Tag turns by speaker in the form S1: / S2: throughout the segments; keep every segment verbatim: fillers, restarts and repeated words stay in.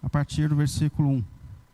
S1: a partir do versículo um.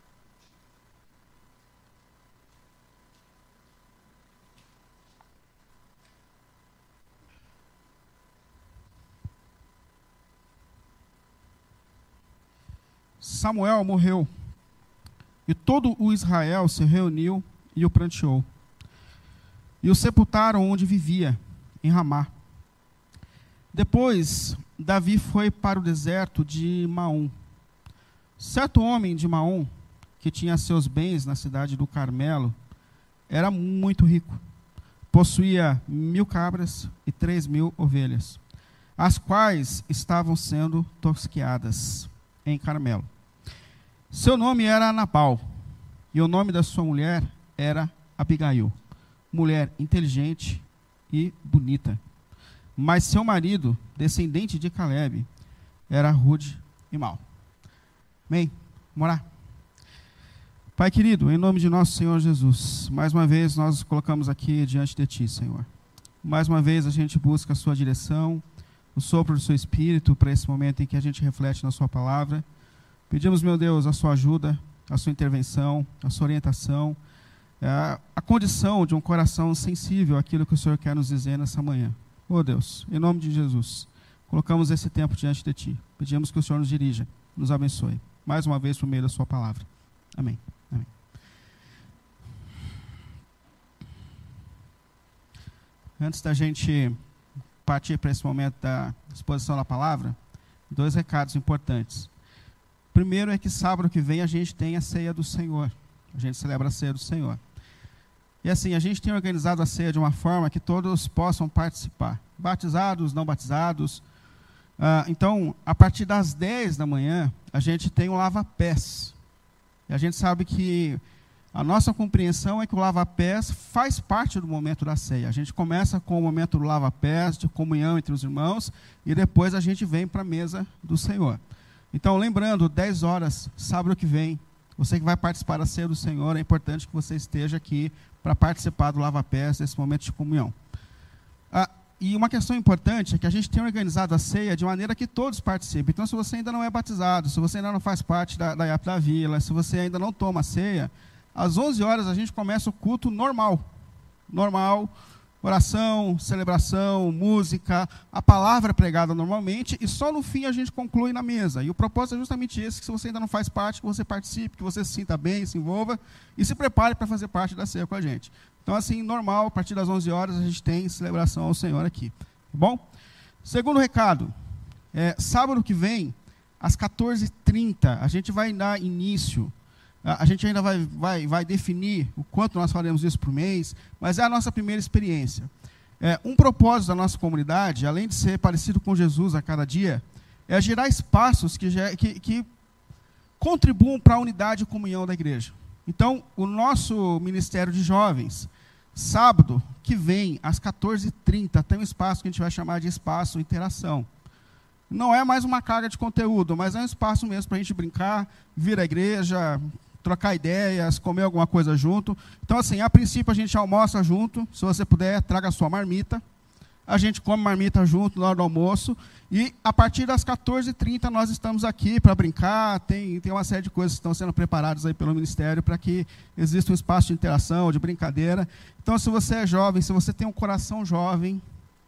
S1: Samuel morreu, e todo o Israel se reuniu e o pranteou. E o sepultaram onde vivia, em Ramá. Depois, Davi foi para o deserto de Maom. Certo homem de Maom, que tinha seus bens na cidade do Carmelo, era muito rico. Possuía mil cabras e três mil ovelhas, as quais estavam sendo tosqueadas em Carmelo. Seu nome era Nabal, e o nome da sua mulher era Abigail, mulher inteligente e bonita. Mas seu marido, descendente de Caleb, era rude e mau. Amém? Vamos orar. Pai querido, em nome de nosso Senhor Jesus, mais uma vez nós nos colocamos aqui diante de Ti, Senhor. Mais uma vez a gente busca a Sua direção, o sopro do Seu Espírito para esse momento em que a gente reflete na Sua palavra. Pedimos, meu Deus, a Sua ajuda, a Sua intervenção, a Sua orientação, a, a condição de um coração sensível àquilo que o Senhor quer nos dizer nessa manhã. Oh Deus, em nome de Jesus, colocamos esse tempo diante de Ti. Pedimos que o Senhor nos dirija, nos abençoe. Mais uma vez por meio da Sua palavra. Amém. Amém. Antes da gente partir para esse momento da exposição da palavra, dois recados importantes. Primeiro é que sábado que vem a gente tem a ceia do Senhor. A gente celebra a ceia do Senhor. E assim, a gente tem organizado a ceia de uma forma que todos possam participar. Batizados, não batizados. Ah, então, a partir das dez da manhã, a gente tem o lava-pés. E a gente sabe que a nossa compreensão é que o lava-pés faz parte do momento da ceia. A gente começa com o momento do lava-pés, de comunhão entre os irmãos, e depois a gente vem para a mesa do Senhor. Então, lembrando, dez horas, sábado que vem, você que vai participar da ceia do Senhor, é importante que você esteja aqui para participar do lava-pés, desse momento de comunhão. Ah, e uma questão importante é que a gente tem organizado a ceia de maneira que todos participem. Então, se você ainda não é batizado, se você ainda não faz parte da, da I A P da Vila, se você ainda não toma a ceia, às onze horas a gente começa o culto normal. Normal, oração, celebração, música, a palavra pregada normalmente, e só no fim a gente conclui na mesa. E o propósito é justamente esse, que se você ainda não faz parte, que você participe, que você se sinta bem, se envolva, e se prepare para fazer parte da ceia com a gente. Então, assim, normal, a partir das onze horas, a gente tem celebração ao Senhor aqui. Tá bom? Segundo recado, é, sábado que vem, às quatorze e trinta, a gente vai dar início. A gente ainda vai, vai, vai definir o quanto nós faremos isso por mês, mas é a nossa primeira experiência. É, um propósito da nossa comunidade, além de ser parecido com Jesus a cada dia, é gerar espaços que, que, que contribuam para a unidade e comunhão da igreja. Então, o nosso Ministério de Jovens, sábado que vem, às quatorze e trinta, tem um espaço que a gente vai chamar de espaço interação. Não é mais uma carga de conteúdo, mas é um espaço mesmo para a gente brincar, vir à igreja, trocar ideias, comer alguma coisa junto. Então, assim, a princípio a gente almoça junto. Se você puder, traga a sua marmita. A gente come marmita junto na hora do almoço. E a partir das quatorze e trinta nós estamos aqui para brincar. Tem, tem uma série de coisas que estão sendo preparadas aí pelo Ministério para que exista um espaço de interação, de brincadeira. Então, se você é jovem, se você tem um coração jovem,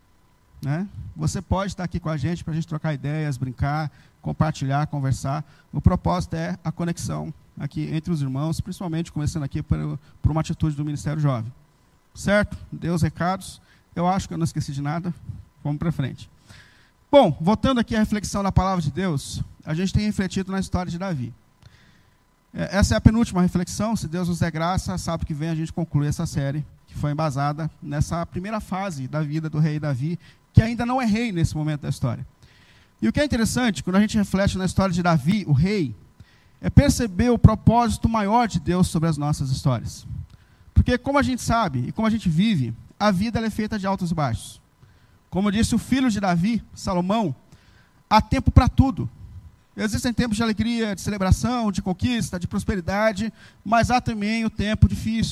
S1: né, você pode estar aqui com a gente para a gente trocar ideias, brincar, compartilhar, conversar. O propósito é a conexão aqui entre os irmãos, principalmente começando aqui por, por uma atitude do Ministério Jovem. Certo? Deu os recados. Eu acho que eu não esqueci de nada. Vamos para frente. Bom, voltando aqui à reflexão da palavra de Deus, a gente tem refletido na história de Davi. Essa é a penúltima reflexão. Se Deus nos der graça, sábado que vem a gente conclui essa série, que foi embasada nessa primeira fase da vida do rei Davi, que ainda não é rei nesse momento da história. E o que é interessante, quando a gente reflete na história de Davi, o rei, é perceber o propósito maior de Deus sobre as nossas histórias. Porque, como a gente sabe e como a gente vive, a vida ela é feita de altos e baixos. Como disse o filho de Davi, Salomão, há tempo para tudo. Existem tempos de alegria, de celebração, de conquista, de prosperidade, mas há também o tempo difícil,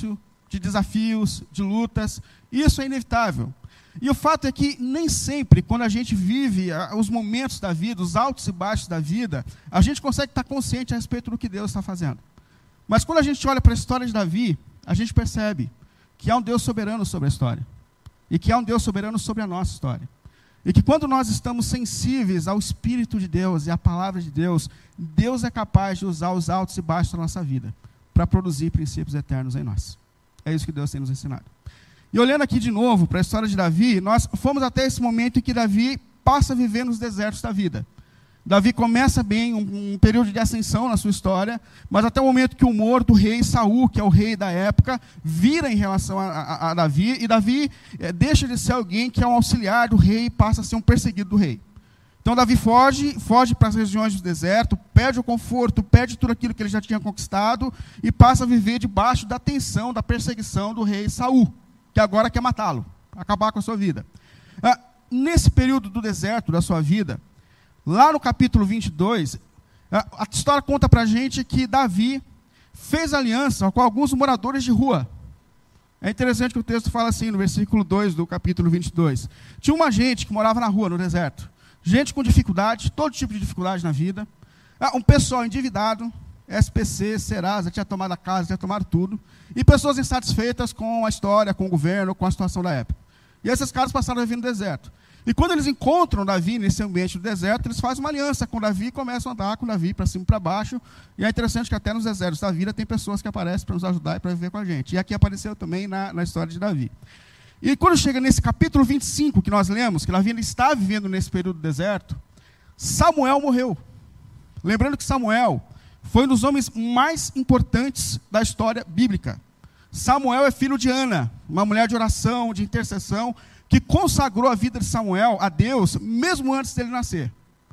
S1: de desafios, de lutas. Isso é inevitável. E o fato é que nem sempre, quando a gente vive os momentos da vida, os altos e baixos da vida, a gente consegue estar consciente a respeito do que Deus está fazendo. Mas quando a gente olha para a história de Davi, a gente percebe que há um Deus soberano sobre a história. E que há um Deus soberano sobre a nossa história. E que quando nós estamos sensíveis ao Espírito de Deus e à palavra de Deus, Deus é capaz de usar os altos e baixos da nossa vida para produzir princípios eternos em nós. É isso que Deus tem nos ensinado. E olhando aqui de novo para a história de Davi, nós fomos até esse momento em que Davi passa a viver nos desertos da vida. Davi começa bem um, um período de ascensão na sua história, mas até o momento que o humor do rei Saul, que é o rei da época, vira em relação a, a, a Davi, e Davi é, deixa de ser alguém que é um auxiliar do rei e passa a ser um perseguido do rei. Então Davi foge, foge para as regiões do deserto, perde o conforto, perde tudo aquilo que ele já tinha conquistado e passa a viver debaixo da tensão, da perseguição do rei Saul, que agora quer matá-lo, acabar com a sua vida. Ah, nesse período do deserto da sua vida, lá no capítulo vinte e dois, a história conta para a gente que Davi fez aliança com alguns moradores de rua. É interessante que o texto fala assim, no versículo dois do capítulo vinte e dois. Tinha uma gente que morava na rua, no deserto. Gente com dificuldade, todo tipo de dificuldade na vida. Um pessoal endividado, S P C, Serasa, tinha tomado a casa, tinha tomado tudo. E pessoas insatisfeitas com a história, com o governo, com a situação da época. E esses caras passaram a viver no deserto. E quando eles encontram Davi nesse ambiente do deserto, eles fazem uma aliança com Davi e começam a andar com Davi para cima e para baixo. E é interessante que até nos desertos da vida tem pessoas que aparecem para nos ajudar e para viver com a gente. E aqui apareceu também na, na história de Davi. E quando chega nesse capítulo vinte e cinco que nós lemos, que Davi ainda está vivendo nesse período do deserto, Samuel morreu. Lembrando que Samuel foi um dos homens mais importantes da história bíblica. Samuel é filho de Ana, uma mulher de oração, de intercessão, que consagrou a vida de Samuel a Deus, mesmo antes dele nascer.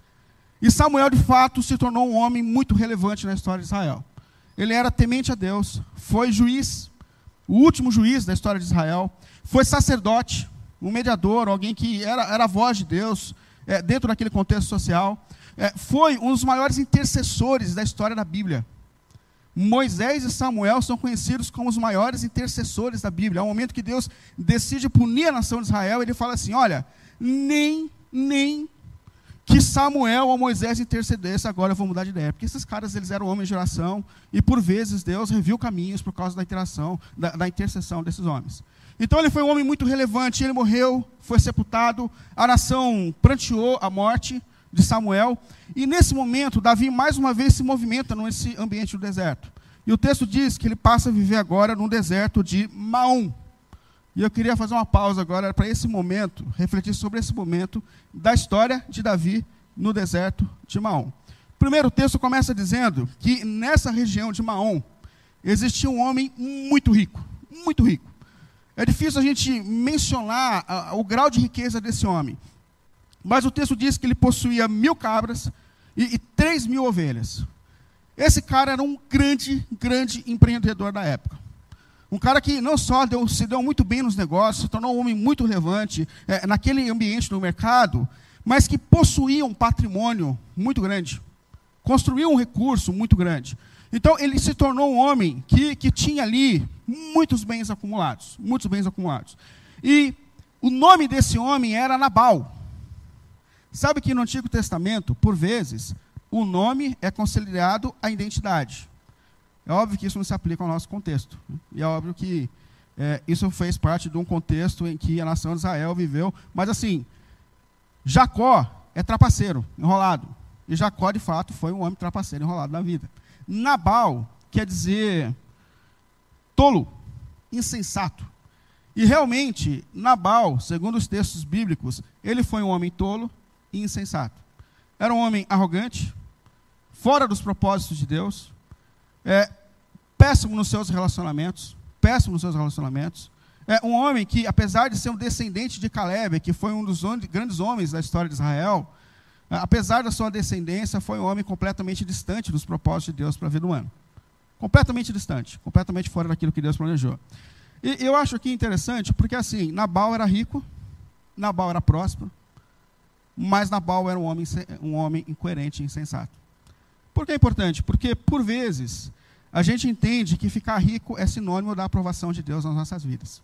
S1: E Samuel, de fato, se tornou um homem muito relevante na história de Israel. Ele era temente a Deus, foi juiz, o último juiz da história de Israel, foi sacerdote, um mediador, alguém que era, era a voz de Deus, é, dentro daquele contexto social. É, foi um dos maiores intercessores da história da Bíblia. Moisés e Samuel são conhecidos como os maiores intercessores da Bíblia. Ao momento que Deus decide punir a nação de Israel, ele fala assim, olha, nem, nem que Samuel ou Moisés intercedesse, agora eu vou mudar de ideia. Porque esses caras, eles eram homens de oração, e por vezes Deus reviu caminhos por causa da interação, da, da intercessão desses homens. Então ele foi um homem muito relevante, ele morreu, foi sepultado, a nação pranteou a morte de Samuel, e nesse momento, Davi mais uma vez se movimenta nesse ambiente do deserto. E o texto diz que ele passa a viver agora no deserto de Maom. E eu queria fazer uma pausa agora para esse momento, refletir sobre esse momento da história de Davi no deserto de Maom. Primeiro, o texto começa dizendo que nessa região de Maom existia um homem muito rico, muito rico. É difícil a gente mencionar a, o grau de riqueza desse homem. Mas o texto diz que ele possuía mil cabras e, e três mil ovelhas. Esse cara era um grande, grande empreendedor da época. Um cara que não só deu, se deu muito bem nos negócios, se tornou um homem muito relevante é, naquele ambiente do mercado, mas que possuía um patrimônio muito grande. Construiu um recurso muito grande. Então, ele se tornou um homem que, que tinha ali muitos bens acumulados. Muitos bens acumulados. E o nome desse homem era Nabal. Sabe que no Antigo Testamento, por vezes, o nome é considerado a identidade. É óbvio que isso não se aplica ao nosso contexto. E é óbvio que é, isso fez parte de um contexto em que a nação de Israel viveu. Mas assim, Jacó é trapaceiro, enrolado. E Jacó, de fato, foi um homem trapaceiro, enrolado na vida. Nabal quer dizer tolo, insensato. E realmente, Nabal, segundo os textos bíblicos, ele foi um homem tolo e insensato. Era um homem arrogante, fora dos propósitos de Deus, é, péssimo nos seus relacionamentos, péssimo nos seus relacionamentos. É um homem que, apesar de ser um descendente de Caleb, que foi um dos grandes homens da história de Israel, apesar da sua descendência, foi um homem completamente distante dos propósitos de Deus para a vida humana. Completamente distante, completamente fora daquilo que Deus planejou. E eu acho aqui interessante, porque assim, Nabal era rico, Nabal era próspero, mas Nabal era um homem, um homem incoerente e insensato. Por que é importante? Porque, por vezes, a gente entende que ficar rico é sinônimo da aprovação de Deus nas nossas vidas.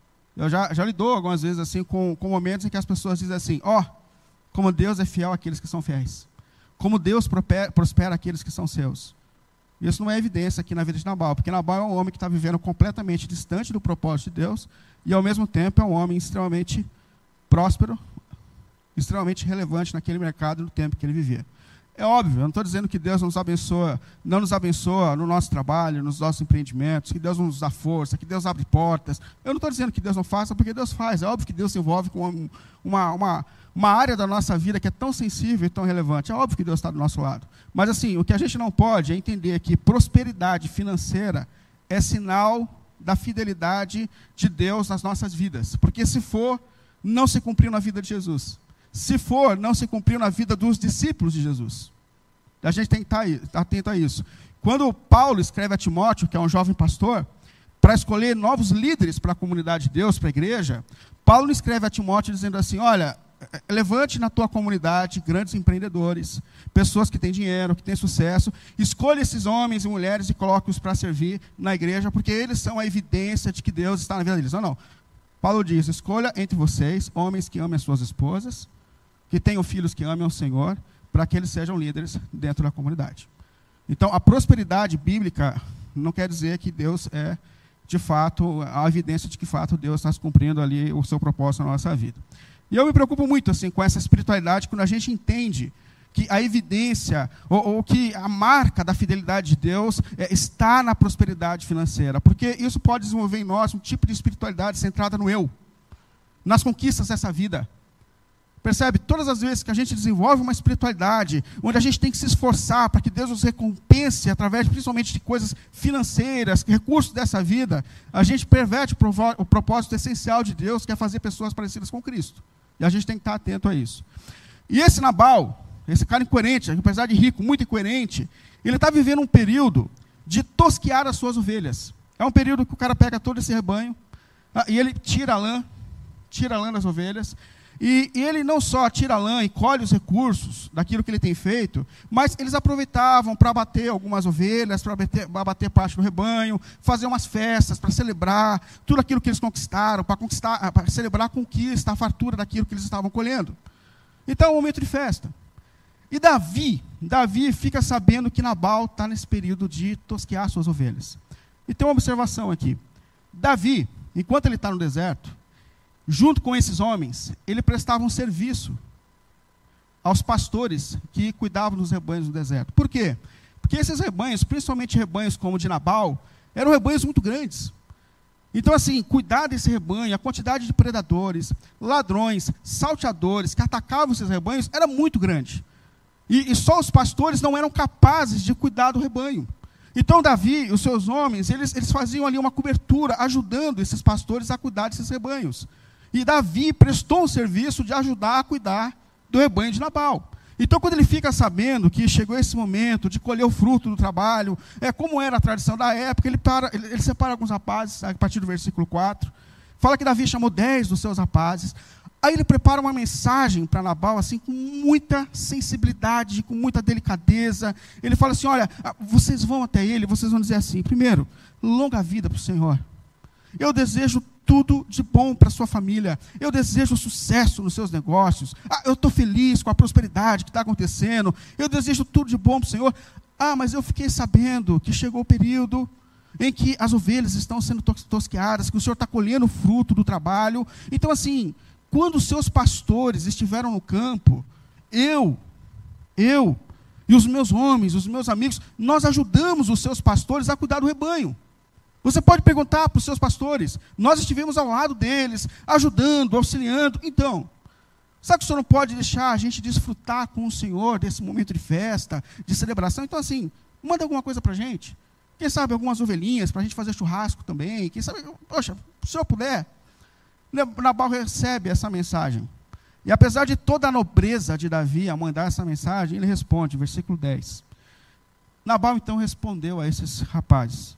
S1: Eu já, já lidou algumas vezes assim com, com momentos em que as pessoas dizem assim, ó, oh, como Deus é fiel àqueles que são fiéis. Como Deus prospera aqueles que são seus. Isso não é evidência aqui na vida de Nabal, porque Nabal é um homem que está vivendo completamente distante do propósito de Deus e, ao mesmo tempo, é um homem extremamente próspero, extremamente relevante naquele mercado e no tempo que ele vivia. É óbvio, eu não estou dizendo que Deus nos abençoa, não nos abençoa no nosso trabalho, nos nossos empreendimentos, que Deus não nos dá força, que Deus abre portas. Eu não estou dizendo que Deus não faça, porque Deus faz. É óbvio que Deus se envolve com uma, uma, uma área da nossa vida que é tão sensível e tão relevante. É óbvio que Deus está do nosso lado. Mas, assim, o que a gente não pode é entender que prosperidade financeira é sinal da fidelidade de Deus nas nossas vidas. Porque, se for, não se cumpriu na vida de Jesus. Se for, não se cumpriu na vida dos discípulos de Jesus. A gente tem que estar atento a isso. Quando Paulo escreve a Timóteo, que é um jovem pastor, para escolher novos líderes para a comunidade de Deus, para a igreja, Paulo escreve a Timóteo dizendo assim, olha, levante na tua comunidade grandes empreendedores, pessoas que têm dinheiro, que têm sucesso, escolha esses homens e mulheres e coloque-os para servir na igreja, porque eles são a evidência de que Deus está na vida deles. Não, não. Paulo diz, escolha entre vocês homens que amem as suas esposas, que tenham filhos que amem o Senhor, para que eles sejam líderes dentro da comunidade. Então, a prosperidade bíblica não quer dizer que Deus é, de fato, a evidência de que, de fato, Deus está cumprindo ali o seu propósito na nossa vida. E eu me preocupo muito assim, com essa espiritualidade, quando a gente entende que a evidência, ou, ou que a marca da fidelidade de Deus é, está na prosperidade financeira, porque isso pode desenvolver em nós um tipo de espiritualidade centrada no eu, nas conquistas dessa vida. Percebe? Todas as vezes que a gente desenvolve uma espiritualidade, onde a gente tem que se esforçar para que Deus nos recompense, através principalmente de coisas financeiras, recursos dessa vida, a gente perverte o propósito essencial de Deus, que é fazer pessoas parecidas com Cristo. E a gente tem que estar atento a isso. E esse Nabal, esse cara incoerente, apesar de rico, muito incoerente, ele está vivendo um período de tosquear as suas ovelhas. É um período que o cara pega todo esse rebanho, e ele tira a lã, tira a lã das ovelhas, E, e ele não só tira a lã e colhe os recursos daquilo que ele tem feito, mas eles aproveitavam para abater algumas ovelhas, para abater, abater parte do rebanho, fazer umas festas para celebrar tudo aquilo que eles conquistaram, para conquistar, para celebrar a conquista, a fartura daquilo que eles estavam colhendo. Então é um momento de festa. E Davi, Davi fica sabendo que Nabal está nesse período de tosquear suas ovelhas. E tem uma observação aqui. Davi, enquanto ele está no deserto, junto com esses homens, ele prestava um serviço aos pastores que cuidavam dos rebanhos no deserto. Por quê? Porque esses rebanhos, principalmente rebanhos como o de Nabal, eram rebanhos muito grandes. Então, assim, cuidar desse rebanho, a quantidade de predadores, ladrões, salteadores que atacavam esses rebanhos era muito grande. E, e só os pastores não eram capazes de cuidar do rebanho. Então, Davi e os seus homens, eles, eles faziam ali uma cobertura, ajudando esses pastores a cuidar desses rebanhos. E Davi prestou um serviço de ajudar a cuidar do rebanho de Nabal. Então, quando ele fica sabendo que chegou esse momento de colher o fruto do trabalho, é como era a tradição da época, ele, para, ele, ele separa alguns rapazes, a partir do versículo quatro, fala que Davi chamou dez dos seus rapazes, aí ele prepara uma mensagem para Nabal, assim, com muita sensibilidade, com muita delicadeza. Ele fala assim, olha, vocês vão até ele, vocês vão dizer assim, primeiro, longa vida para o Senhor. Eu desejo tudo de bom para a sua família. Eu desejo sucesso nos seus negócios. Ah, eu estou feliz com a prosperidade que está acontecendo. Eu desejo tudo de bom para o Senhor. Ah, mas eu fiquei sabendo que chegou o período em que as ovelhas estão sendo tosqueadas, que o Senhor está colhendo o fruto do trabalho. Então, assim, quando os seus pastores estiveram no campo, eu, eu e os meus homens, os meus amigos, nós ajudamos os seus pastores a cuidar do rebanho. Você pode perguntar para os seus pastores, nós estivemos ao lado deles, ajudando, auxiliando. Então, sabe que o Senhor não pode deixar a gente desfrutar com o Senhor desse momento de festa, de celebração? Então, assim, manda alguma coisa para a gente. Quem sabe algumas ovelhinhas para a gente fazer churrasco também. Quem sabe, poxa, se o Senhor puder. Nabal recebe essa mensagem. E apesar de toda a nobreza de Davi a mandar essa mensagem, ele responde, versículo dez. Nabal, então, respondeu a esses rapazes.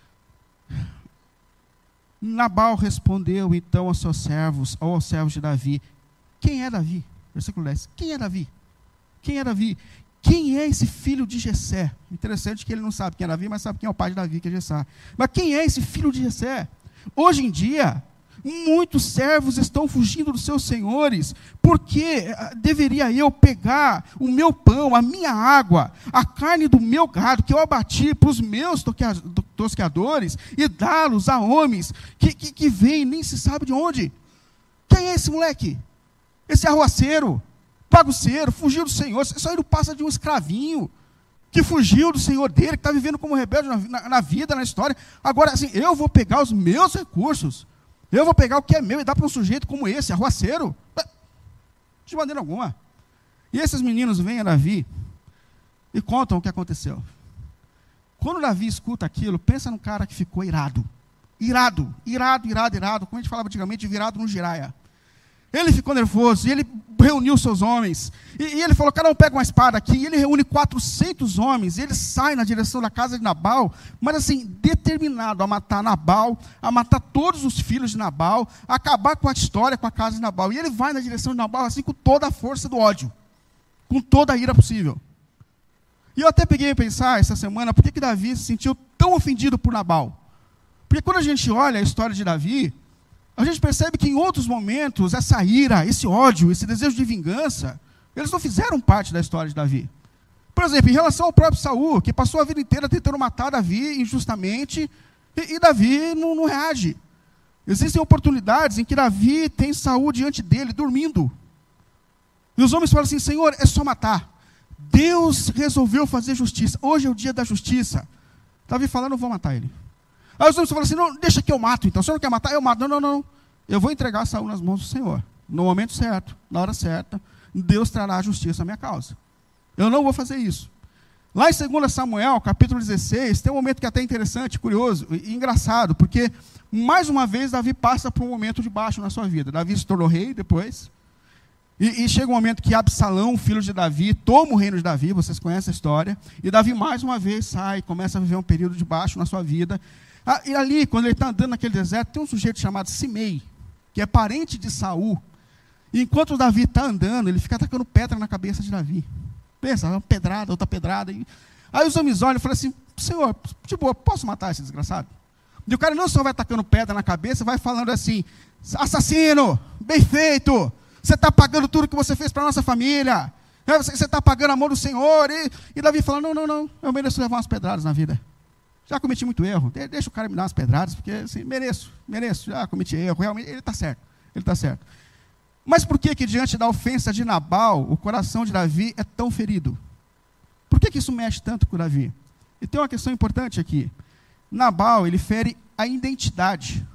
S1: Nabal respondeu então aos seus servos, ou aos servos de Davi, quem é Davi? Versículo dez, quem é Davi? Quem é Davi? quem é esse filho de Jessé? Interessante que ele não sabe quem é Davi, mas sabe quem é o pai de Davi, que é Jessé. Mas quem é esse filho de Jessé? Hoje em dia, muitos servos estão fugindo dos seus senhores, porque deveria eu pegar o meu pão, a minha água, a carne do meu gado, que eu abati para os meus tosqueadores, e dá-los a homens que, que, que vêm, nem se sabe de onde. Quem é esse moleque? Esse arruaceiro, bagunceiro, fugiu do Senhor. Isso aí não passa de um escravinho, que fugiu do Senhor dele, que está vivendo como rebelde na, na, na vida, na história. Agora, assim, eu vou pegar os meus recursos, eu vou pegar o que é meu e dar para um sujeito como esse, arruaceiro? De maneira alguma. E esses meninos vêm a Davi e contam o que aconteceu. Quando Davi escuta aquilo, pensa num cara que ficou irado. Irado, irado, irado, irado, como a gente falava antigamente, virado no giraia. Ele ficou nervoso, e ele reuniu seus homens, e, e ele falou, cada um pega uma espada aqui, e ele reúne quatrocentos homens, e ele sai na direção da casa de Nabal, mas assim, determinado a matar Nabal, a matar todos os filhos de Nabal, a acabar com a história com a casa de Nabal, e ele vai na direção de Nabal assim, com toda a força do ódio, com toda a ira possível. E eu até peguei a pensar essa semana, por que que Davi se sentiu tão ofendido por Nabal? Porque quando a gente olha a história de Davi, a gente percebe que em outros momentos, essa ira, esse ódio, esse desejo de vingança, eles não fizeram parte da história de Davi. Por exemplo, em relação ao próprio Saul, que passou a vida inteira tentando matar Davi injustamente, e, e Davi não, não reage. Existem oportunidades em que Davi tem Saul diante dele, dormindo. E os homens falam assim, Senhor, é só matar. Deus resolveu fazer justiça. Hoje é o dia da justiça. Davi fala, não vou matar ele. Aí os homens falam assim, não, deixa que eu mato então. O senhor não quer matar? Eu mato. Não, não, não. Eu vou entregar Saul nas mãos do Senhor. No momento certo, na hora certa, Deus trará a justiça à minha causa. Eu não vou fazer isso. Lá em dois Samuel, capítulo dezesseis, tem um momento que é até interessante, curioso e engraçado, porque, mais uma vez, Davi passa por um momento de baixo na sua vida. Davi se tornou rei depois, e, e chega um momento que Absalão, filho de Davi, toma o reino de Davi, vocês conhecem a história, e Davi, mais uma vez, sai, começa a viver um período de baixo na sua vida. Ah, e ali, quando ele está andando naquele deserto, tem um sujeito chamado Simei, que é parente de Saul. E enquanto o Davi está andando, ele fica atacando pedra na cabeça de Davi. Pensa, uma pedrada, outra pedrada. E... Aí os homens olham e falam assim, Senhor, de boa, posso matar esse desgraçado? E o cara não só vai atacando pedra na cabeça, vai falando assim, assassino, bem feito, você está pagando tudo que você fez para a nossa família, você está pagando a mão do Senhor. E, e Davi fala, não, não, não, eu mereço levar umas pedradas na vida. Já cometi muito erro, deixa o cara me dar umas pedradas, porque assim, mereço, mereço, já cometi erro, realmente, ele está certo, ele está certo. Mas por que que diante da ofensa de Nabal, o coração de Davi é tão ferido? Por que que isso mexe tanto com Davi? E tem uma questão importante aqui. Nabal, ele fere a identidade.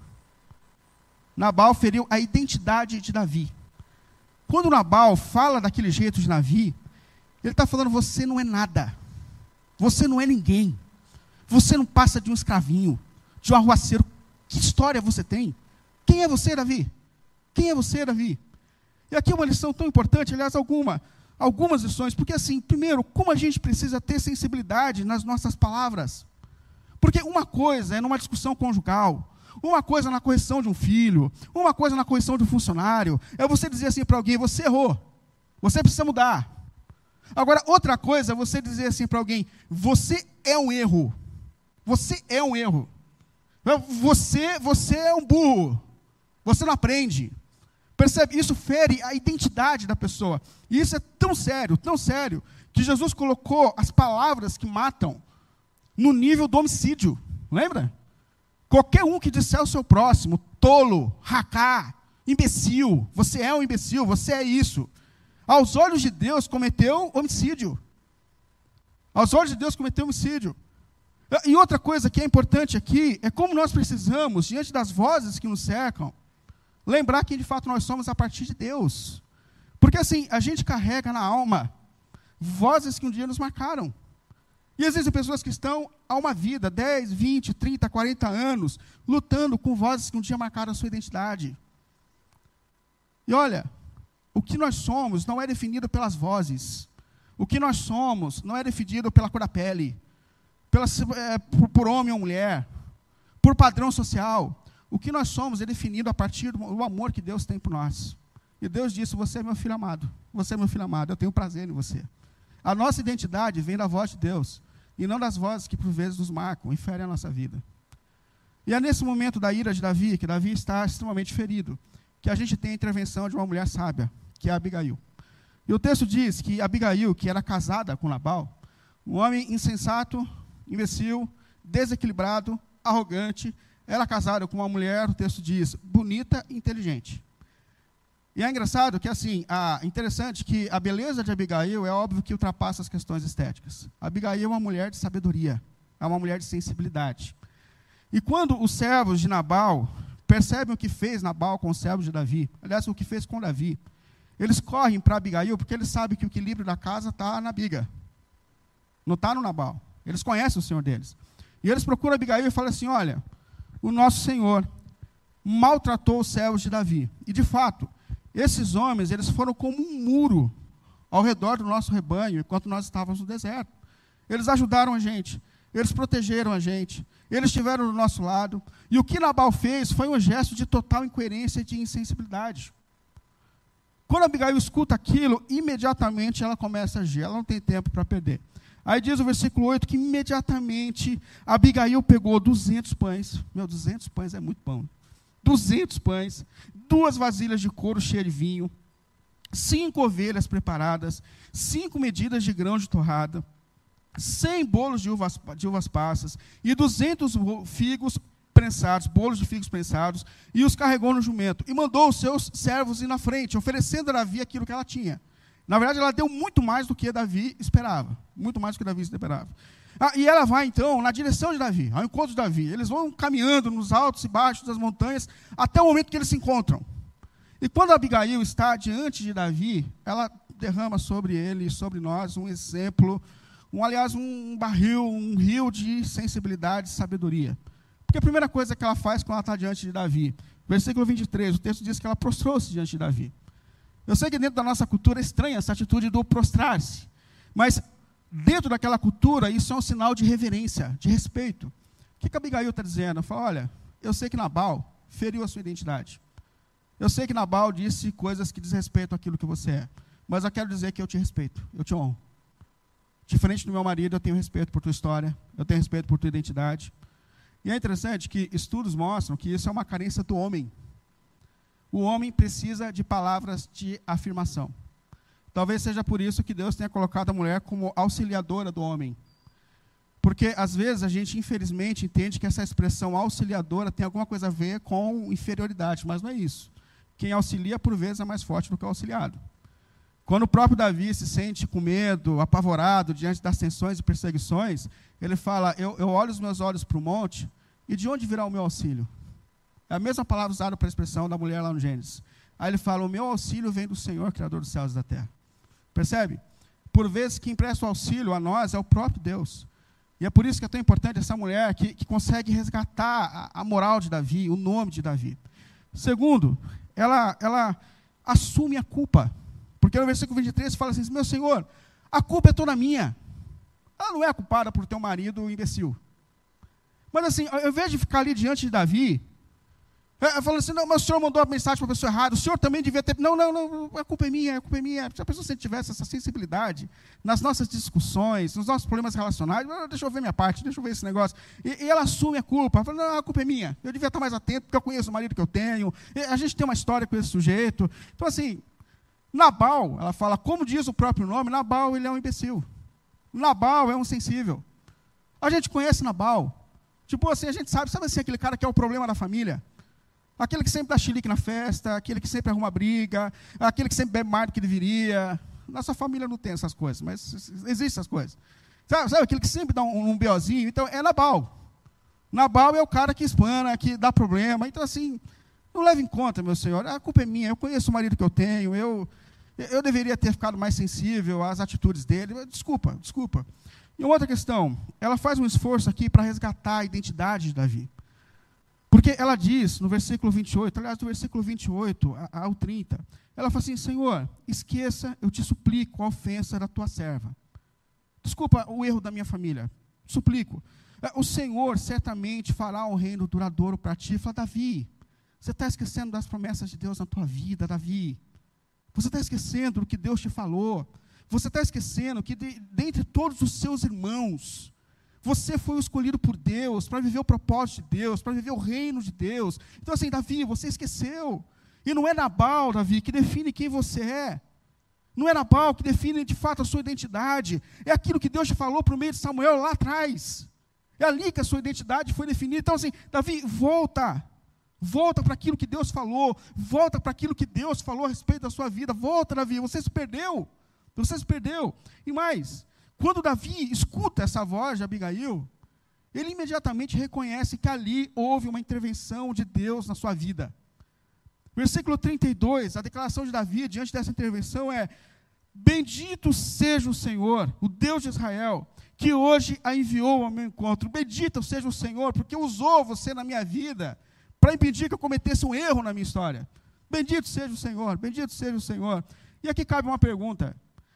S1: Nabal feriu a identidade de Davi. Quando Nabal fala daquele jeito de Davi, ele está falando, você não é nada, você não é ninguém. Você não passa de um escravinho, de um arruaceiro. Que história você tem? Quem é você, Davi? Quem é você, Davi? E aqui uma lição tão importante, aliás, alguma, algumas lições, porque assim, primeiro, como a gente precisa ter sensibilidade nas nossas palavras. Porque uma coisa é numa discussão conjugal, uma coisa na correção de um filho, uma coisa na correção de um funcionário, é você dizer assim para alguém, você errou, você precisa mudar. Agora, outra coisa é você dizer assim para alguém, você é um erro. Você é um erro. Você, você é um burro. Você não aprende. Percebe? Isso fere a identidade da pessoa. E isso é tão sério, tão sério, que Jesus colocou as palavras que matam no nível do homicídio. Lembra? Qualquer um que disser ao seu próximo, tolo, racá, imbecil, você é um imbecil, você é isso. Aos olhos de Deus cometeu homicídio. Aos olhos de Deus cometeu homicídio. E outra coisa que é importante aqui, é como nós precisamos, diante das vozes que nos cercam, lembrar quem de fato nós somos a partir de Deus. Porque assim, a gente carrega na alma vozes que um dia nos marcaram. E existem pessoas que estão há uma vida, dez, vinte, trinta, quarenta anos, lutando com vozes que um dia marcaram a sua identidade. E olha, o que nós somos não é definido pelas vozes. O que nós somos não é definido pela cor da pele. Pela, é, por, por homem ou mulher, por padrão social. O que nós somos é definido a partir do amor que Deus tem por nós. E Deus disse, você é meu filho amado, você é meu filho amado, eu tenho prazer em você. A nossa identidade vem da voz de Deus, e não das vozes que por vezes nos marcam e ferem a nossa vida. E é nesse momento da ira de Davi, que Davi está extremamente ferido, que a gente tem a intervenção de uma mulher sábia, que é Abigail. E o texto diz que Abigail, que era casada com Nabal, um homem insensato, imbecil, desequilibrado, arrogante, era casada com uma mulher, o texto diz, bonita e inteligente. E é engraçado que, assim, a, interessante que a beleza de Abigail é óbvio que ultrapassa as questões estéticas. Abigail é uma mulher de sabedoria, é uma mulher de sensibilidade. E quando os servos de Nabal percebem o que fez Nabal com os servos de Davi, aliás, o que fez com Davi, eles correm para Abigail porque eles sabem que o equilíbrio da casa está na biga, não está no Nabal. Eles conhecem o senhor deles. E eles procuram Abigail e falam assim, olha, o nosso senhor maltratou os servos de Davi. E, de fato, esses homens, eles foram como um muro ao redor do nosso rebanho, enquanto nós estávamos no deserto. Eles ajudaram a gente, eles protegeram a gente, eles estiveram do nosso lado. E o que Nabal fez foi um gesto de total incoerência e de insensibilidade. Quando Abigail escuta aquilo, imediatamente ela começa a agir, ela não tem tempo para perder. Aí diz o versículo oito que imediatamente Abigail pegou duzentos pães, meu, duzentos pães é muito pão, duzentos pães, duas vasilhas de couro cheias de vinho, cinco ovelhas preparadas, cinco medidas de grão de torrada, cem bolos de uvas, de uvas passas e duzentos figos prensados, bolos de figos prensados, e os carregou no jumento, e mandou os seus servos ir na frente, oferecendo a Davi aquilo que ela tinha. Na verdade, ela deu muito mais do que Davi esperava, muito mais do que Davi esperava. Ah, e ela vai, então, na direção de Davi, ao encontro de Davi. Eles vão caminhando nos altos e baixos das montanhas, até o momento que eles se encontram. E quando Abigail está diante de Davi, ela derrama sobre ele e sobre nós um exemplo, um, aliás, um barril, um rio de sensibilidade e sabedoria. Porque a primeira coisa que ela faz quando ela está diante de Davi, versículo vinte e três, o texto diz que ela prostrou-se diante de Davi. Eu sei que dentro da nossa cultura é estranha essa atitude do prostrar-se, mas dentro daquela cultura isso é um sinal de reverência, de respeito. O que, que a Abigail está dizendo? Ela fala, olha, eu sei que Nabal feriu a sua identidade. Eu sei que Nabal disse coisas que desrespeitam aquilo que você é, mas eu quero dizer que eu te respeito, eu te honro. Diferente do meu marido, eu tenho respeito por tua história, eu tenho respeito por tua identidade. E é interessante que estudos mostram que isso é uma carência do homem. O homem precisa de palavras de afirmação. Talvez seja por isso que Deus tenha colocado a mulher como auxiliadora do homem. Porque, às vezes, a gente, infelizmente, entende que essa expressão auxiliadora tem alguma coisa a ver com inferioridade, mas não é isso. Quem auxilia, por vezes, é mais forte do que o auxiliado. Quando o próprio Davi se sente com medo, apavorado, diante das tensões e perseguições, ele fala, eu, eu olho os meus olhos para o monte, e de onde virá o meu auxílio? É a mesma palavra usada para a expressão da mulher lá no Gênesis. Aí ele fala, o meu auxílio vem do Senhor, Criador dos céus e da terra. Percebe? Por vezes, quem presta o auxílio a nós é o próprio Deus. E é por isso que é tão importante essa mulher que, que consegue resgatar a, a moral de Davi, o nome de Davi. Segundo, ela, ela assume a culpa. Porque no versículo vinte e três fala assim, meu Senhor, a culpa é toda minha. Ela não é culpada por ter um marido imbecil. Mas assim, ao invés de ficar ali diante de Davi, é, falando assim, não, mas o senhor mandou a mensagem para a pessoa errada, o senhor também devia ter... Não, não, não, a culpa é minha, a culpa é minha. Se a pessoa se tivesse essa sensibilidade nas nossas discussões, nos nossos problemas relacionais, deixa eu ver minha parte, deixa eu ver esse negócio. E, e ela assume a culpa, ela fala, não, a culpa é minha, eu devia estar mais atento, porque eu conheço o marido que eu tenho, a gente tem uma história com esse sujeito. Então, assim, Nabal, ela fala, como diz o próprio nome, Nabal, ele é um imbecil. Nabal é um sensível. A gente conhece Nabal. Tipo assim, a gente sabe, sabe assim, aquele cara que é o problema da família? Aquele que sempre dá chilique na festa, aquele que sempre arruma briga, aquele que sempre bebe mais do que deveria. Nossa família não tem essas coisas, mas existem essas coisas. Sabe, sabe aquele que sempre dá um, um beozinho? Então, é Nabal. Nabal é o cara que espana, que dá problema. Então, assim, não leve em conta, meu senhor, a culpa é minha, eu conheço o marido que eu tenho, eu, eu deveria ter ficado mais sensível às atitudes dele. Desculpa, desculpa. E uma outra questão, ela faz um esforço aqui para resgatar a identidade de Davi. Porque ela diz, no versículo vinte e oito, aliás, do versículo vinte e oito ao trinta, ela fala assim, Senhor, esqueça, eu te suplico, a ofensa da tua serva. Desculpa o erro da minha família, suplico. O Senhor certamente fará um reino duradouro para ti. Fala, Davi, você está esquecendo das promessas de Deus na tua vida, Davi. Você está esquecendo do que Deus te falou. você está esquecendo que de, dentre todos os seus irmãos, você foi o escolhido por Deus para viver o propósito de Deus, para viver o reino de Deus. Então assim, Davi, você esqueceu. E não é Nabal, Davi, que define quem você é. Não é Nabal que define de fato a sua identidade. É aquilo que Deus te falou por meio de Samuel lá atrás. É ali que a sua identidade foi definida. Então assim, Davi, volta. Volta para aquilo que Deus falou. Volta para aquilo que Deus falou a respeito da sua vida. Volta, Davi, você se perdeu. Você se perdeu. E mais, quando Davi escuta essa voz de Abigail, ele imediatamente reconhece que ali houve uma intervenção de Deus na sua vida. Versículo trinta e dois, a declaração de Davi diante dessa intervenção é: bendito seja o Senhor, o Deus de Israel, que hoje a enviou ao meu encontro. Bendito seja o Senhor, porque usou você na minha vida para impedir que eu cometesse um erro na minha história. Bendito seja o Senhor, bendito seja o Senhor. E aqui cabe uma pergunta.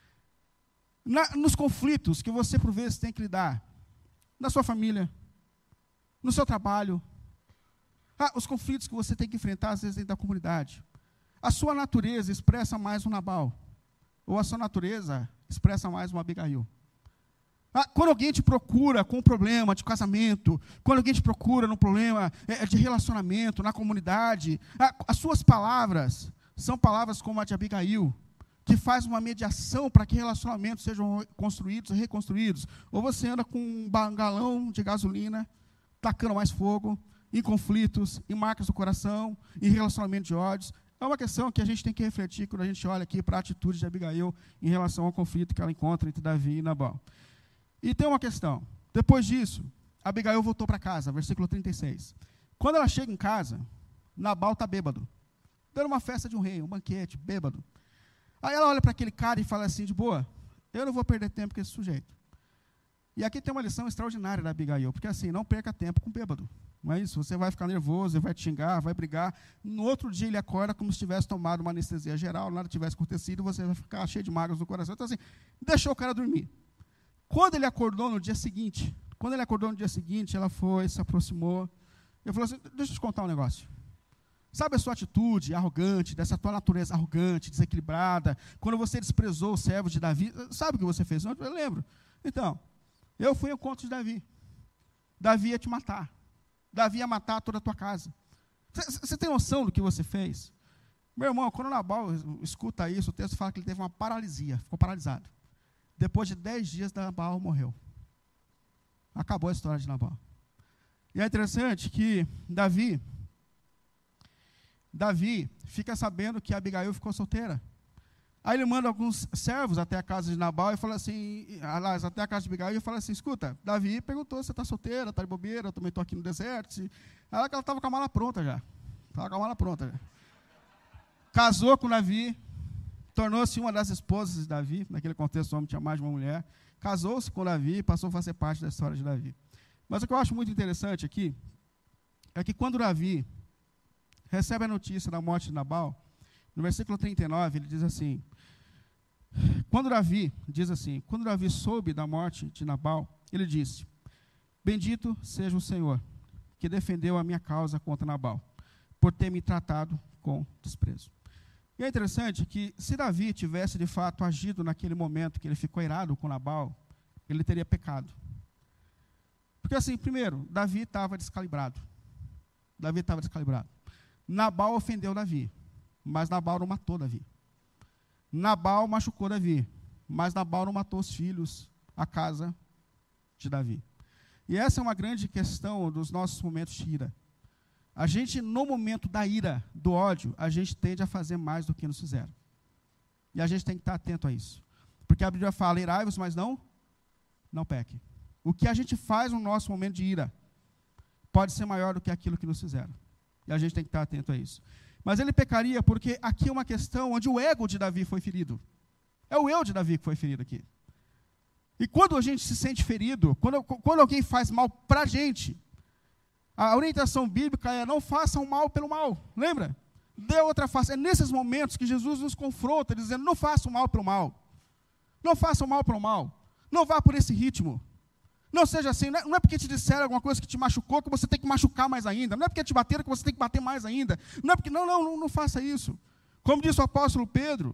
S1: Na, nos conflitos que você, por vezes, tem que lidar, na sua família, no seu trabalho, ah, os conflitos que você tem que enfrentar, às vezes, dentro da comunidade, a sua natureza expressa mais um Nabal, ou a sua natureza expressa mais uma Abigail. Ah, quando alguém te procura com um problema de casamento, quando alguém te procura num problema é, de relacionamento, na comunidade, ah, as suas palavras são palavras como a de Abigail, que faz uma mediação para que relacionamentos sejam construídos e reconstruídos. Ou você anda com um galão de gasolina, tacando mais fogo, em conflitos, em marcas do coração, em relacionamento de ódios. É uma questão que a gente tem que refletir quando a gente olha aqui para a atitude de Abigail em relação ao conflito que ela encontra entre Davi e Nabal. E tem uma questão. Depois disso, Abigail voltou para casa, versículo trinta e seis. Quando ela chega em casa, Nabal está bêbado. Dando uma festa de um rei, um banquete, bêbado. Aí ela olha para aquele cara e fala assim, de boa, eu não vou perder tempo com esse sujeito. E aqui tem uma lição extraordinária da Abigail, porque assim, não perca tempo com bêbado. Não é isso? Você vai ficar nervoso, ele vai te xingar, vai brigar. No outro dia ele acorda como se tivesse tomado uma anestesia geral, nada tivesse acontecido, você vai ficar cheio de mágoas no coração. Então assim, deixou o cara dormir. Quando ele acordou no dia seguinte, quando ele acordou no dia seguinte, ela foi, se aproximou, e falou assim, deixa eu te contar um negócio. Sabe a sua atitude arrogante, dessa tua natureza arrogante, desequilibrada, quando você desprezou o servo de Davi, sabe o que você fez? Eu lembro. Então, eu fui ao encontro de Davi. Davi ia te matar. Davi ia matar toda a tua casa. Você tem noção do que você fez? Meu irmão, quando Nabal escuta isso, o texto fala que ele teve uma paralisia, ficou paralisado. Depois de dez dias, Nabal morreu. Acabou a história de Nabal. E é interessante que Davi, Davi fica sabendo que Abigail ficou solteira. Aí ele manda alguns servos até a casa de Nabal e fala assim, aliás, até a casa de Abigail e fala assim, escuta, Davi perguntou se você está solteira, está de bobeira, eu também estou aqui no deserto. Aí ela estava com a mala pronta já. Estava com a mala pronta já. Casou com Davi, tornou-se uma das esposas de Davi, naquele contexto o homem tinha mais de uma mulher, casou-se com Davi e passou a fazer parte da história de Davi. Mas o que eu acho muito interessante aqui, é que quando Davi recebe a notícia da morte de Nabal, no versículo trinta e nove, ele diz assim, quando Davi, diz assim, quando Davi soube da morte de Nabal, ele disse, bendito seja o Senhor, que defendeu a minha causa contra Nabal, por ter me tratado com desprezo. E é interessante que, se Davi tivesse, de fato, agido naquele momento que ele ficou irado com Nabal, ele teria pecado. Porque, assim, primeiro, Davi estava descalibrado. Davi estava descalibrado. Nabal ofendeu Davi, mas Nabal não matou Davi. Nabal machucou Davi, mas Nabal não matou os filhos, a casa de Davi. E essa é uma grande questão dos nossos momentos de ira. A gente, no momento da ira, do ódio, a gente tende a fazer mais do que nos fizeram. E a gente tem que estar atento a isso. Porque a Bíblia fala, irai-vos, mas não, não pequem. O que a gente faz no nosso momento de ira pode ser maior do que aquilo que nos fizeram. E a gente tem que estar atento a isso. Mas ele pecaria porque aqui é uma questão onde o ego de Davi foi ferido. É o eu de Davi que foi ferido aqui. E quando a gente se sente ferido, quando, quando alguém faz mal para a gente, a orientação bíblica é não façam mal pelo mal. Lembra? Dê outra face. É nesses momentos que Jesus nos confronta, dizendo, não façam mal pelo mal. Não façam mal pelo mal. Não vá por esse ritmo. Não seja assim, não é porque te disseram alguma coisa que te machucou que você tem que machucar mais ainda. Não é porque te bateram que você tem que bater mais ainda. Não é porque, não, não, não, não faça isso. Como disse o apóstolo Pedro,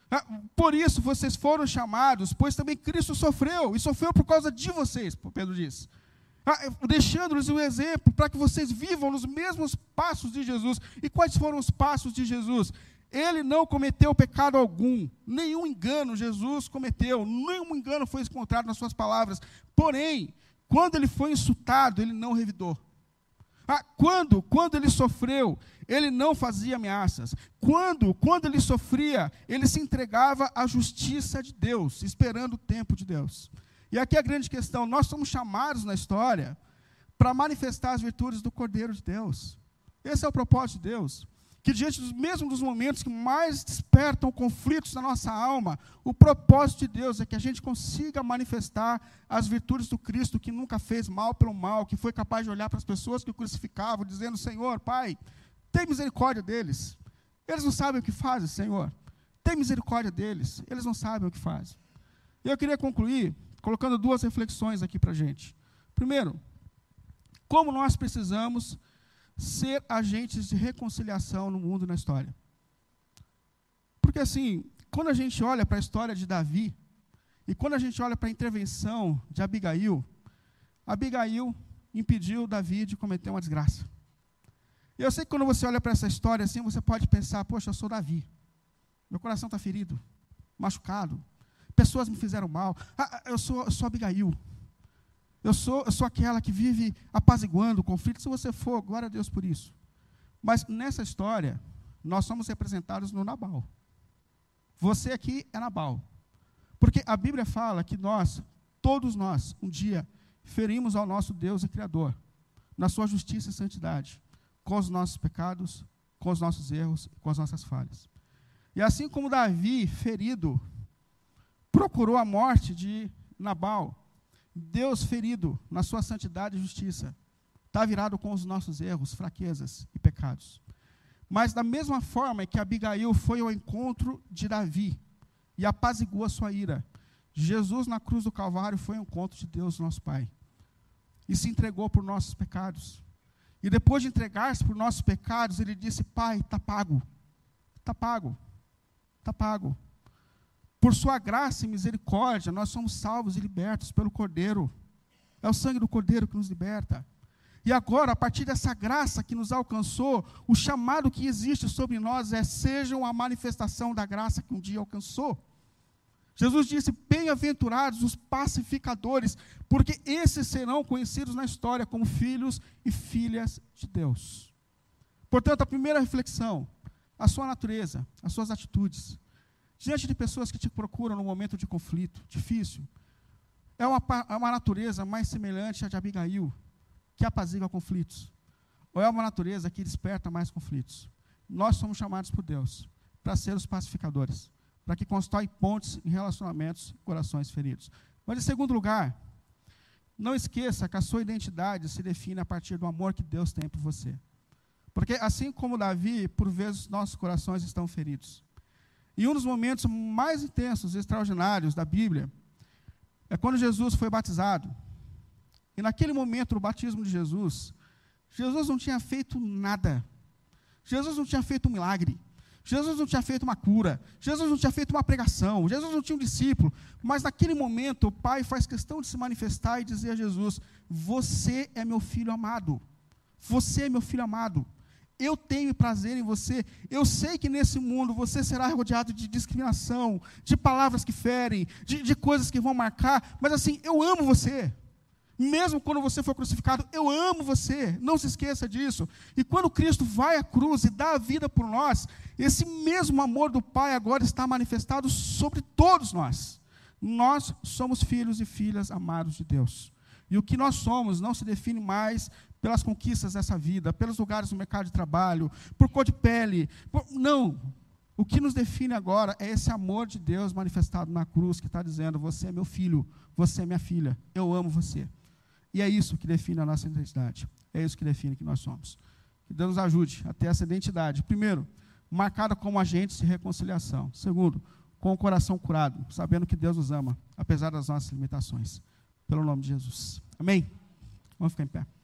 S1: Por isso vocês foram chamados, pois também Cristo sofreu, e sofreu por causa de vocês, Pedro diz. Deixando-lhes um exemplo, para que vocês vivam nos mesmos passos de Jesus. E quais foram os passos de Jesus? Ele não cometeu pecado algum, nenhum engano Jesus cometeu, nenhum engano foi encontrado nas suas palavras. Porém, quando ele foi insultado, ele não revidou. Ah, quando, quando ele sofreu, ele não fazia ameaças. Quando, quando ele sofria, ele se entregava à justiça de Deus, esperando o tempo de Deus. E aqui a grande questão, nós somos chamados na história para manifestar as virtudes do Cordeiro de Deus. Esse é o propósito de Deus. Que diante dos mesmo dos momentos que mais despertam conflitos na nossa alma, o propósito de Deus é que a gente consiga manifestar as virtudes do Cristo, que nunca fez mal pelo mal, que foi capaz de olhar para as pessoas que o crucificavam, dizendo, Senhor, Pai, tem misericórdia deles. Eles não sabem o que fazem, Senhor. Tem misericórdia deles. Eles não sabem o que fazem. E eu queria concluir colocando duas reflexões aqui para a gente. Primeiro, como nós precisamos ser agentes de reconciliação no mundo e na história. Porque assim, quando a gente olha para a história de Davi, e quando a gente olha para a intervenção de Abigail, Abigail impediu Davi de cometer uma desgraça. E eu sei que quando você olha para essa história assim, você pode pensar, poxa, eu sou Davi, meu coração está ferido, machucado, pessoas me fizeram mal, ah, eu, sou, eu sou Abigail, eu sou, eu sou aquela que vive apaziguando o conflito. Se você for, glória a Deus por isso. Mas nessa história, nós somos representados no Nabal. Você aqui é Nabal. Porque a Bíblia fala que nós, todos nós, um dia, ferimos ao nosso Deus e Criador, na sua justiça e santidade, com os nossos pecados, com os nossos erros, com as nossas falhas. E assim como Davi, ferido, procurou a morte de Nabal, Deus, ferido na sua santidade e justiça, está virado com os nossos erros, fraquezas e pecados. Mas da mesma forma que Abigail foi ao encontro de Davi e apaziguou a sua ira, Jesus na cruz do Calvário foi ao encontro de Deus, nosso Pai, e se entregou por nossos pecados. E depois de entregar-se por nossos pecados, ele disse, Pai, está pago, está pago, está pago. Por sua graça e misericórdia, nós somos salvos e libertos pelo Cordeiro. É o sangue do Cordeiro que nos liberta. E agora, a partir dessa graça que nos alcançou, o chamado que existe sobre nós é, sejam a manifestação da graça que um dia alcançou. Jesus disse, bem-aventurados os pacificadores, porque esses serão conhecidos na história como filhos e filhas de Deus. Portanto, a primeira reflexão, a sua natureza, as suas atitudes, diante de pessoas que te procuram no momento de conflito, difícil, é uma, é uma natureza mais semelhante à de Abigail, que apazigua conflitos, ou é uma natureza que desperta mais conflitos? Nós somos chamados por Deus para ser os pacificadores, para que constrói pontes em relacionamentos e corações feridos. Mas, em segundo lugar, não esqueça que a sua identidade se define a partir do amor que Deus tem por você. Porque, assim como Davi, por vezes nossos corações estão feridos. E um dos momentos mais intensos e extraordinários da Bíblia é quando Jesus foi batizado. E naquele momento, no batismo de Jesus, Jesus não tinha feito nada. Jesus não tinha feito um milagre. Jesus não tinha feito uma cura. Jesus não tinha feito uma pregação. Jesus não tinha um discípulo. Mas naquele momento, o Pai faz questão de se manifestar e dizer a Jesus, você é meu filho amado. Você é meu filho amado. Eu tenho prazer em você. Eu sei que nesse mundo você será rodeado de discriminação, de palavras que ferem, de, de coisas que vão marcar, mas assim, eu amo você. Mesmo quando você for crucificado, eu amo você. Não se esqueça disso. E quando Cristo vai à cruz e dá a vida por nós, esse mesmo amor do Pai agora está manifestado sobre todos nós. Nós somos filhos e filhas amados de Deus. E o que nós somos não se define mais pelas conquistas dessa vida, pelos lugares no mercado de trabalho, por cor de pele. Por... Não. O que nos define agora é esse amor de Deus manifestado na cruz, que está dizendo, você é meu filho, você é minha filha, eu amo você. E é isso que define a nossa identidade. É isso que define quem nós somos. Que Deus nos ajude a ter essa identidade. Primeiro, marcada como agentes de reconciliação. Segundo, com o coração curado, sabendo que Deus nos ama, apesar das nossas limitações. Pelo nome de Jesus. Amém? Vamos ficar em pé.